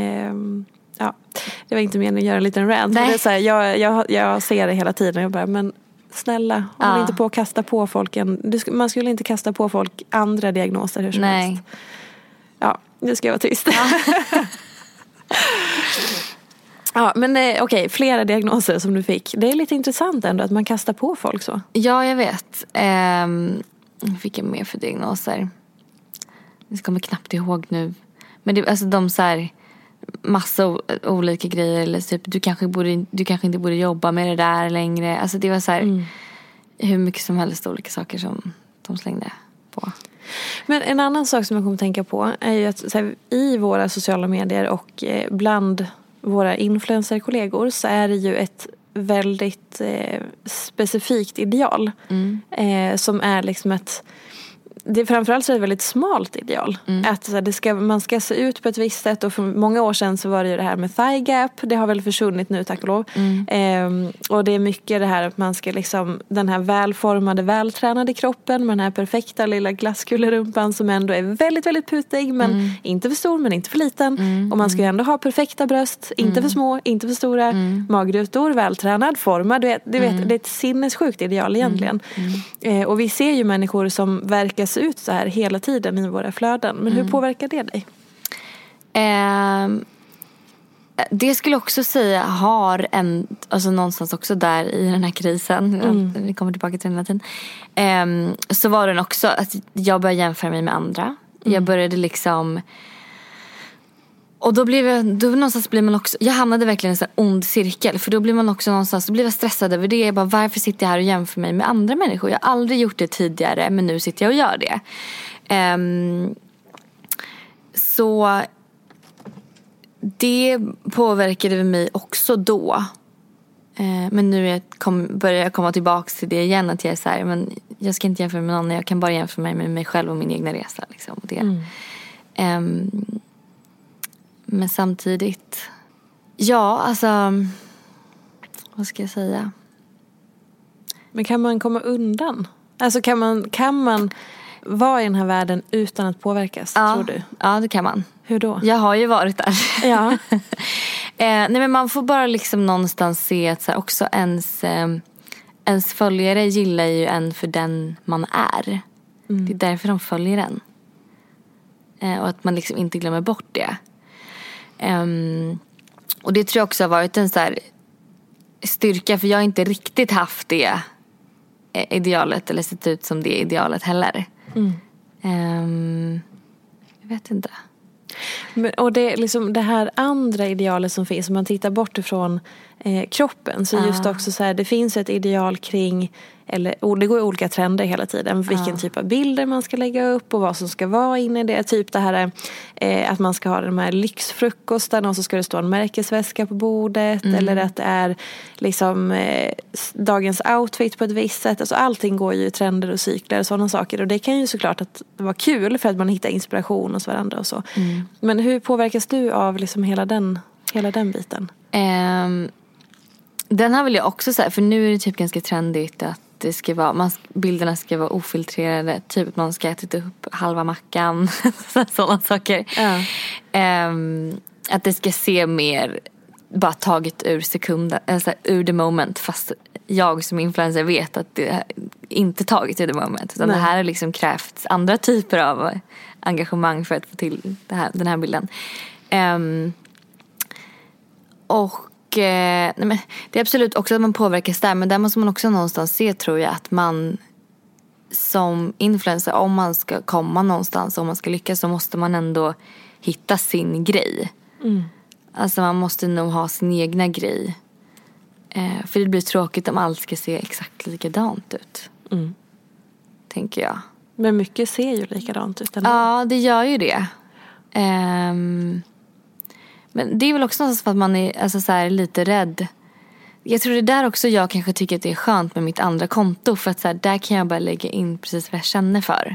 Det var inte meningen att göra en liten rant. Det är så här, jag ser det hela tiden. Jag bara, men snälla, håll inte på att kasta på folk man skulle inte kasta på folk andra diagnoser hur som helst. Ja, nu ska jag vara tyst. Ja, men okej, flera diagnoser som du fick. Det är lite intressant ändå att man kastar på folk så. Ja, jag vet. Fick jag mer för diagnoser? Jag kommer knappt ihåg nu. Men det, alltså de så här, massa olika grejer. Eller typ, du kanske inte borde jobba med det där längre. Alltså det var så här, hur mycket som helst olika saker som de slängde på. Men en annan sak som jag kommer att tänka på är ju att så här, i våra sociala medier och bland våra influencerkollegor så är det ju ett väldigt specifikt ideal som är liksom det är framförallt så är det ett väldigt smalt ideal. Att så här, man ska se ut på ett visst sätt. Och för många år sedan så var det ju det här med thigh gap. Det har väl försvunnit nu, tack och lov. Och det är mycket det här att man ska liksom, den här välformade, vältränade kroppen med den här perfekta lilla glasskulerumpan som ändå är väldigt, väldigt putig. Men inte för stor, men inte för liten. Och man ska ju ändå ha perfekta bröst. Inte för små, inte för stora. Magrutor, vältränad, formad. Du vet, det är ett sinnessjukt ideal egentligen. Och vi ser ju människor som verkar se ut så här hela tiden i våra flöden. Men hur påverkar det dig? Det skulle också säga har alltså någonstans också där i den här krisen, vi kommer tillbaka till den här tiden, så var den också att jag började jämföra mig med andra. Jag började liksom, och då någonstans blir man också, jag hamnade verkligen i en sån här ond cirkel, för då blir man också någonstans, då blir jag stressad över det. Jag bara, varför sitter jag här och jämför mig med andra människor? Jag har aldrig gjort det tidigare, men nu sitter jag och gör det. Så det påverkade mig också då. Men nu börjar jag komma tillbaka till det igen, att jag är så här, men jag ska inte jämföra med någon, jag kan bara jämföra mig med mig själv och min egna resa liksom, och det. Men samtidigt, ja, alltså, vad ska jag säga? Men kan man komma undan? Alltså kan man vara i den här världen utan att påverkas, tror du? Ja, det kan man. Hur då? Jag har ju varit där. Ja. Nej, men man får bara liksom någonstans se att så här, också ens följare gillar ju en för den man är. Det är därför de följer en. Och att man liksom inte glömmer bort det. Och det tror jag också har varit en så här styrka, för jag har inte riktigt haft det idealet eller sett ut som det idealet heller. Jag vet inte. Och det är liksom det här andra idealet som finns, om man tittar bort ifrån kroppen. Så just också så här, det finns ett ideal kring, eller det går olika trender hela tiden, vilken typ av bilder man ska lägga upp och vad som ska vara inne i det. Typ det här att man ska ha de här lyxfrukostarna och så ska det stå en märkesväska på bordet, eller att det är liksom dagens outfit på ett visst sätt. Alltså allting går ju i trender och cykler och sådana saker, och det kan ju såklart att vara kul för att man hittar inspiration hos varandra och så. Men hur påverkas du av liksom hela den biten? Den här vill jag också säga, för nu är det typ ganska trendigt att det ska vara, bilderna ska vara ofiltrerade, typ att man ska ätit upp halva mackan, sådana saker. Att det ska se mer bara taget ur sekunden, alltså ur the moment, fast jag som influencer vet att det är inte taget ur the moment, utan det här har liksom krävt andra typer av engagemang för att få till den här bilden. Nej, men det är absolut också att man påverkas där, men där måste man också någonstans se, tror jag, att man som influencer, om man ska komma någonstans, om man ska lyckas, så måste man ändå hitta sin grej. Alltså man måste nog ha sin egna grej, för det blir tråkigt om allt ska se exakt likadant ut, tänker jag. Men mycket ser ju likadant ut ändå. Ja, det gör ju det. Men det är väl också någonstans för att man är alltså så här, lite rädd. Jag tror det där också jag kanske tycker att det är skönt med mitt andra konto. För att så här, där kan jag bara lägga in precis vad jag känner för.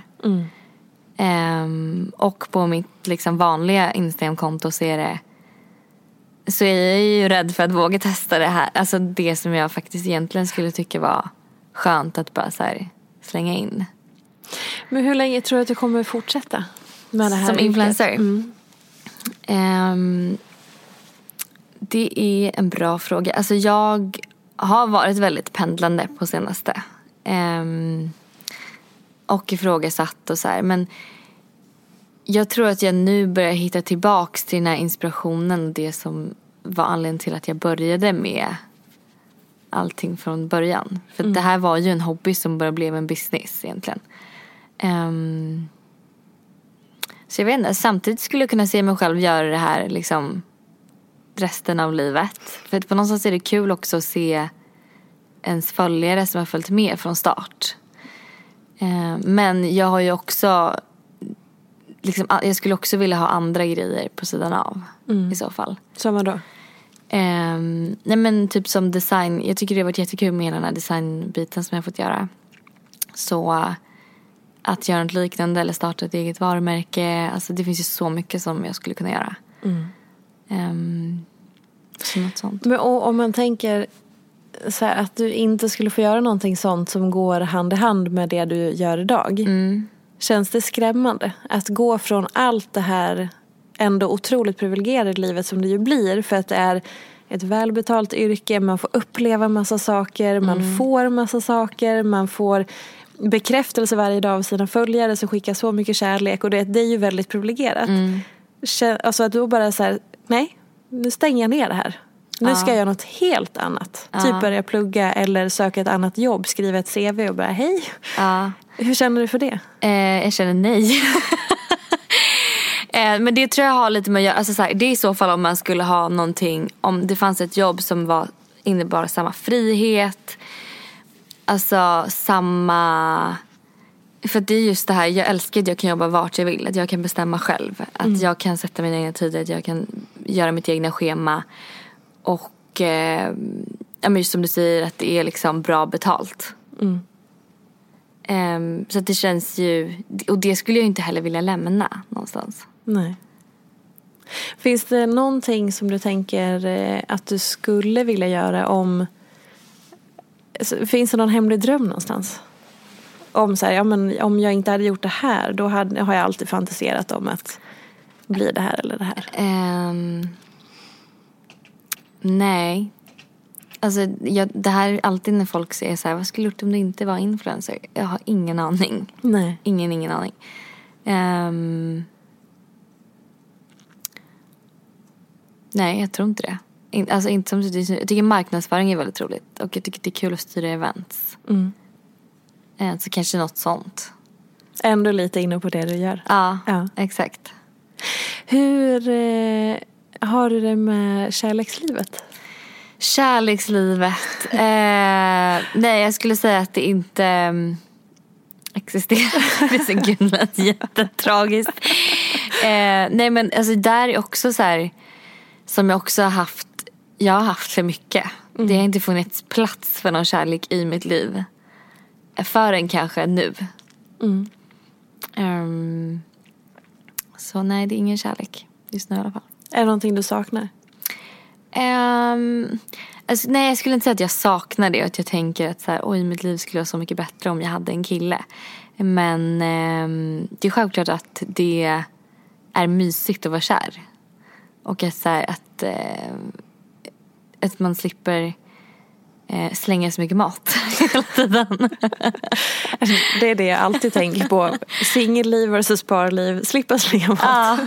Och på mitt liksom vanliga Instagram-konto så är jag ju rädd för att våga testa det här. Alltså det som jag faktiskt egentligen skulle tycka var skönt att bara så här, slänga in. Men hur länge tror du att du kommer fortsätta med det här? Som influencer? Det är en bra fråga. Alltså jag har varit väldigt pendlande på senaste. Och ifrågasatt och så här. Men jag tror att jag nu börjar hitta tillbaks till den här inspirationen. Och det som var anledningen till att jag började med allting från början. För det här var ju en hobby som bara blev en business egentligen. Så jag vet inte, samtidigt skulle jag kunna se mig själv göra det här liksom resten av livet. För på någonstans är det kul också att se ens följare som har följt med från start. Men jag har ju också liksom, jag skulle också vilja ha andra grejer på sidan av i så fall. Som vad då? Nej men typ som design. Jag tycker det har varit jättekul med den här designbiten som jag har fått göra. Så att göra något liknande eller starta ett eget varumärke. Alltså det finns ju så mycket som jag skulle kunna göra. Så något sånt. Men om man tänker så här, att du inte skulle få göra någonting sånt som går hand i hand med det du gör idag. Känns det skrämmande att gå från allt det här ändå otroligt privilegierade livet som det ju blir, för att det är ett välbetalt yrke, man får uppleva massa saker, man får massa saker, man får bekräftelse varje dag av sina följare som skickar så mycket kärlek, och det är ju väldigt privilegierat. Alltså att du bara så här, nej, nu stänger jag ner det här. Nu ska jag göra något helt annat. Typ börja plugga eller söka ett annat jobb, skriva ett CV och bara hej. Hur känner du för det? Jag känner nej. Men det tror jag har lite med att göra. Alltså så här, det är i så fall om man skulle ha någonting, om det fanns ett jobb som innebar samma frihet. Alltså samma... För det är just det här, jag älskar att jag kan jobba vart jag vill. Att jag kan bestämma själv. Att jag kan sätta mina egna tider. Att jag kan göra mitt egna schema. Och just som du säger, att det är liksom bra betalt. Så att det känns ju... Och det skulle jag inte heller vilja lämna någonstans. Nej. Finns det någonting som du tänker att du skulle vilja göra om... Finns det någon hemlig dröm någonstans? Om så här, ja, men om jag inte hade gjort det här, då har jag alltid fantiserat om att bli det här eller det här. Nej. Alltså det här är alltid när folk säger så här, vad skulle du gjort om du inte var influencer? Jag har ingen aning. Nej. Ingen aning. Nej, jag tror inte det. Alltså inte som du säger. Jag tycker marknadsföring är väldigt roligt. Och jag tycker det är kul att styra events. Så kanske något sånt. Ändå lite inne på det du gör. Ja. Exakt. Hur har du det med kärlekslivet? Kärlekslivet. Nej, jag skulle säga att det inte existerar. Det är så gud, jättetragiskt. Nej, men alltså där är också så här, som jag också har haft. Jag har haft för mycket. Det har inte funnits plats för någon kärlek i mitt liv förrän kanske nu. Så nej, det är ingen kärlek just nu i alla fall. Är det någonting du saknar? Alltså, nej, jag skulle inte säga att jag saknar det. Att jag tänker att så här, oj, mitt liv skulle vara så mycket bättre om jag hade en kille. Men det är självklart att det är mysigt att vara kär. Och att, så här, att man slipper slänga så mycket mat hela tiden. Det är det jag alltid tänker på. Singelliv versus parliv. Slippa slänga mat.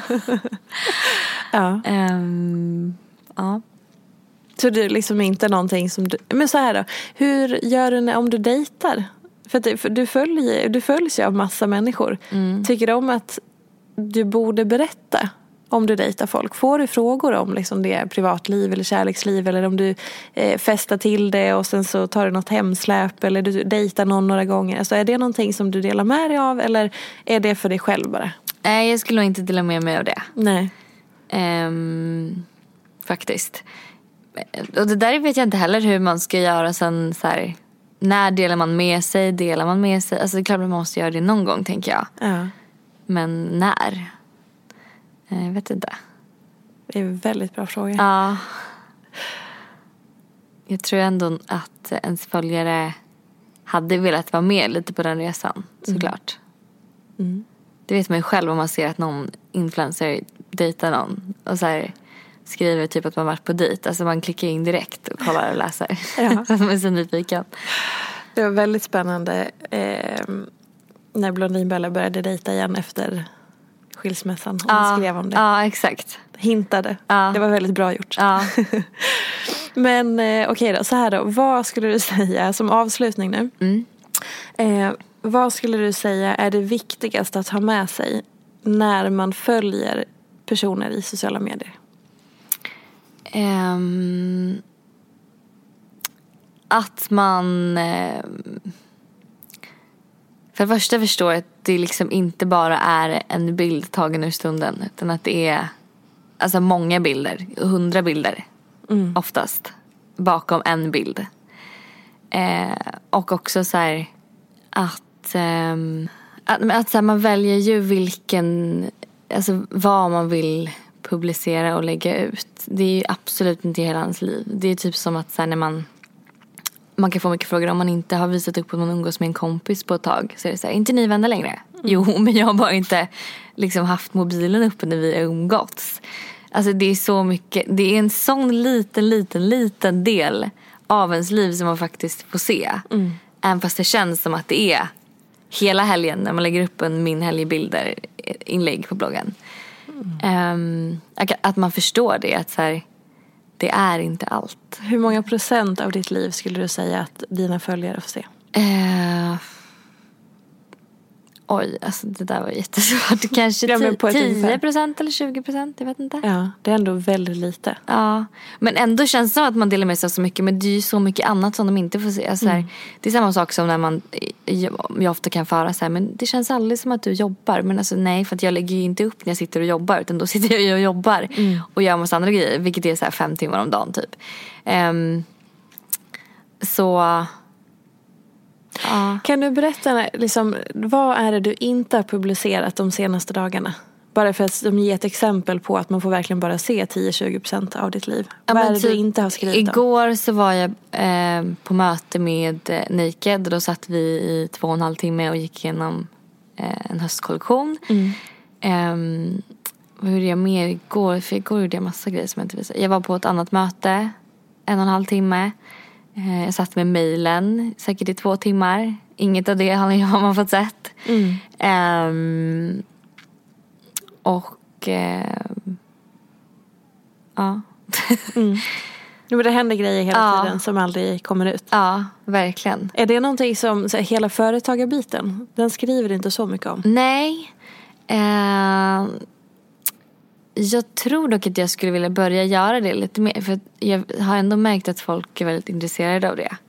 Ja. Ja. Så det är liksom inte någonting som du... Men så här då. Hur gör du om du dejtar? För du följs ju av massa människor. Tycker du om att du borde berätta om du dejtar folk? Får du frågor om liksom det privatliv eller kärleksliv, eller om du festar till det och sen så tar du något hemsläp, eller du dejtar någon några gånger? Alltså, är det någonting som du delar med dig av, eller är det för dig själv bara? Nej, jag skulle nog inte dela med mig av det. Nej. Faktiskt. Och det där vet jag inte heller hur man ska göra sen så här, när delar man med sig? Alltså det är klart man måste göra det någon gång, tänker jag. Ja. Men när? Jag vet inte. Det är en väldigt bra fråga. Ja. Jag tror ändå att ens följare hade velat vara med lite på den resan, såklart. Det vet man ju själv om man ser att någon influencer dejtar någon och så här skriver typ att man varit på dejt. Alltså man klickar in direkt och kollar och läser. Ja. Man är så nyfiken. Det var väldigt spännande när Blondinbella började dejta igen efter skilsmässan. Hon skrev om det. Ja, exakt. Hintade. Ja. Det var väldigt bra gjort. Ja. Men okej då, så här då. Vad skulle du säga som avslutning nu? Vad skulle du säga är det viktigaste att ha med sig när man följer personer i sociala medier? Att man för det första förstår att det liksom inte bara är en bild tagen ur stunden, utan att det är alltså många bilder, 100 bilder oftast bakom en bild. Och också så här att så här, man väljer ju alltså vad man vill publicera och lägga ut. Det är ju absolut inte hela hans liv. Det är typ som att så här, när man kan få mycket frågor om man inte har visat upp att man umgås med en kompis på ett tag. Så är det så här, inte ni vänner längre? Jo, men jag har bara inte liksom haft mobilen uppe när vi har umgåtts. Alltså det är så mycket. Det är en sån liten del av ens liv som man faktiskt får se. Även fast det känns som att det är hela helgen när man lägger upp en min helgbilder inlägg på bloggen. Att man förstår det, att så här, det är inte allt. Hur många procent av ditt liv skulle du säga att dina följare får se? Oj, alltså det där var jättesvårt. Kanske 10% eller 20%, jag vet inte. Ja, det är ändå väldigt lite. Ja, men ändå känns det som att man delar med sig av så mycket. Men det är ju så mycket annat som de inte får se. Alltså här, det är samma sak som när jag ofta kan föra så här, men det känns aldrig som att du jobbar. Men alltså nej, för att jag lägger ju inte upp när jag sitter och jobbar. Utan då sitter jag ju och jobbar och gör massa andra grejer. Vilket är så här 5 timmar om dagen typ. Så... Ja. Kan du berätta liksom, vad är det du inte har publicerat de senaste dagarna? Bara för att ge ett exempel på att man får verkligen bara se 10-20% av ditt liv. Ja, vad är det typ, du inte har skrivit igår så var jag på möte med Naked. Och då satt vi i 2,5 timmar och gick igenom en höstkollektion. Vad gjorde jag mer igår? För igår gjorde jag massa grejer som jag inte visade. Jag var på ett annat möte 1,5 timme. Jag satt med mejlen säkert i 2 timmar. Inget av det har man fått sett. Ja. Men det händer grejer hela tiden som aldrig kommer ut. Ja, verkligen. Är det någonting som så här, hela företagarbiten, den skriver inte så mycket om? Nej. Jag tror dock att jag skulle vilja börja göra det lite mer. För jag har ändå märkt att folk är väldigt intresserade av det.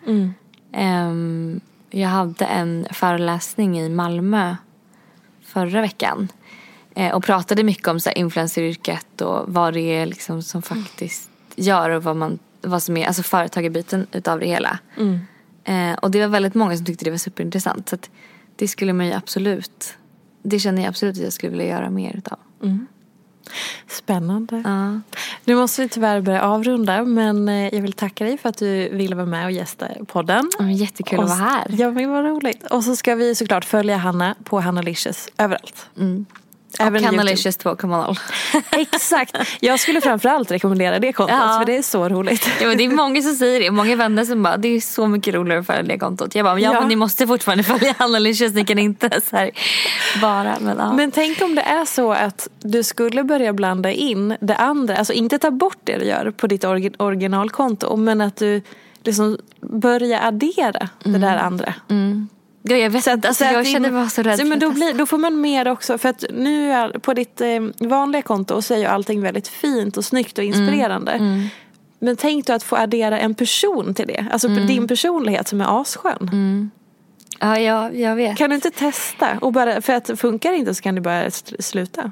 Jag hade en föreläsning i Malmö förra veckan. Och pratade mycket om så här influenceryrket och vad det är liksom som faktiskt gör. Och vad som är alltså företagarbiten utav det hela. Och det var väldigt många som tyckte det var superintressant. Så att det skulle man ju absolut... Det känner jag absolut att jag skulle vilja göra mer utav. Spännande. Nu måste vi tyvärr börja avrunda, men jag vill tacka dig för att du ville vara med och gästa podden. Jättekul att vara här. Ja, men vad roligt. Och så ska vi såklart följa Hanna på Hannalicious överallt. Även Hannalicious 2.0. Exakt. Jag skulle framförallt rekommendera det kontot, för det är så roligt. Ja, men det är många som säger det. Många vänner som bara, det är så mycket roligare att följa det kontot. Jag bara, men ni måste fortfarande följa Hannalicious. Ni kan inte så här bara. Men tänk om det är så att du skulle börja blanda in det andra. Alltså inte ta bort det du gör på ditt originalkonto, men att du liksom börjar addera det där andra. Ja, jag vet inte. Alltså, jag känner mig så rädd. Men då får man mer också. För att nu på ditt vanliga konto så är ju allting väldigt fint och snyggt och inspirerande. Men tänk då att få addera en person till det. Alltså din personlighet som är asskön. Ja, jag vet. Kan du inte testa? Och bara, för att funkar inte så kan du bara sluta.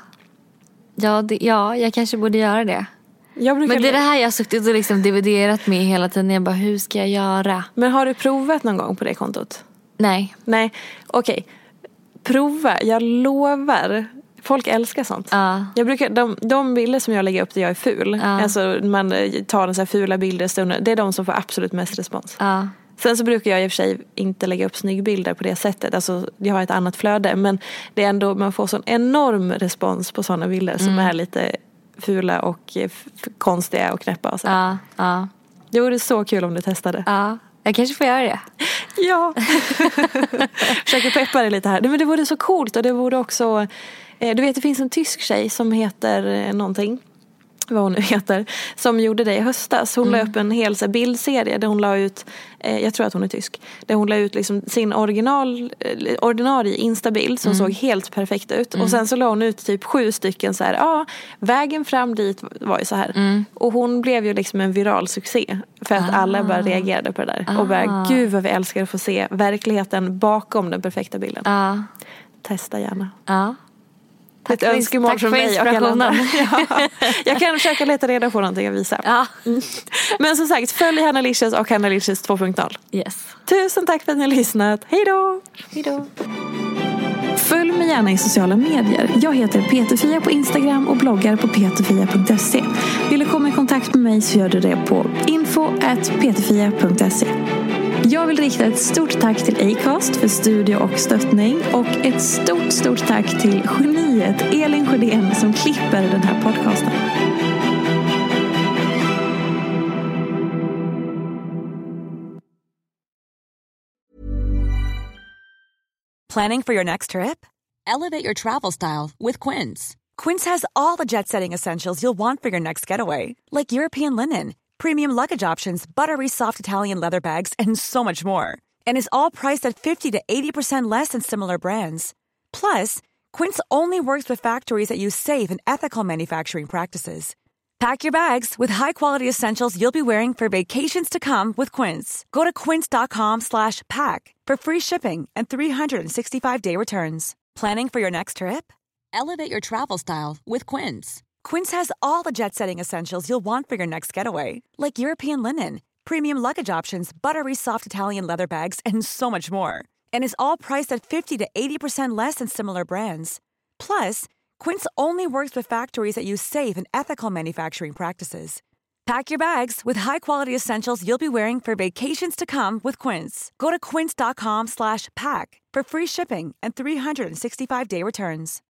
Ja, jag kanske borde göra det. Men det är det här jag har suttit och liksom dividerat med hela tiden. Jag bara, hur ska jag göra? Men har du provat någon gång på det kontot? Nej. Okej. Prova, jag lovar. Folk älskar sånt. Jag brukar, de bilder som jag lägger upp där jag är ful, alltså man tar en så här fula bilder stunder, det är de som får absolut mest respons. Sen så brukar jag i och för sig inte lägga upp snygg på det sättet. Alltså jag har ett annat flöde, men det är ändå, man får sån enorm respons på sådana bilder som är lite fula och konstiga och knäppa och så. Det vore så kul om du testade. Jag kanske får göra det. Ja. Försöker peppa dig lite här. Men det vore så coolt, och det vore också... Du vet, det finns en tysk tjej som heter någonting. Vad hon nu heter. Som gjorde det i höstas. Hon la upp en hel så här, bildserie där hon la ut... jag tror att hon är tysk. Där hon la ut liksom sin ordinarie instabild som såg helt perfekt ut. Och sen så la hon ut typ 7 stycken så här. Vägen fram dit var ju så här. Och hon blev ju liksom en viral succé. För att alla bara reagerade på det där. Och bara, gud vad vi älskar att få se verkligheten bakom den perfekta bilden. Testa gärna. Ett önskemål från mig och alla. Jag kan försöka leta reda på någonting att visa. Men som sagt, följ Hannalicious och Hannalicious 2.0. Yes. Tusen tack för att ni har lyssnat. Hej då! Följ mig gärna i sociala medier. Jag heter Peterfia på Instagram och bloggar på peterfia.se. Vill du komma i kontakt med mig så gör du det på info@peterfia.se. Jag vill rikta ett stort tack till Acast för studio och stöttning. Och ett stort tack till geniet Elin Sjödén som klipper den här podcasten. Planning for your next trip? Elevate your travel style with Quince. Quince has all the jet-setting essentials you'll want for your next getaway. Like European linen, premium luggage options, buttery soft Italian leather bags, and so much more. And is all priced at 50 to 80% less than similar brands. Plus, Quince only works with factories that use safe and ethical manufacturing practices. Pack your bags with high-quality essentials you'll be wearing for vacations to come with Quince. Go to quince.com/pack for free shipping and 365-day returns. Planning for your next trip? Elevate your travel style with Quince. Quince has all the jet-setting essentials you'll want for your next getaway, like European linen, premium luggage options, buttery soft Italian leather bags, and so much more. And is all priced at 50 to 80% less than similar brands. Plus, Quince only works with factories that use safe and ethical manufacturing practices. Pack your bags with high-quality essentials you'll be wearing for vacations to come with Quince. Go to quince.com/pack for free shipping and 365-day returns.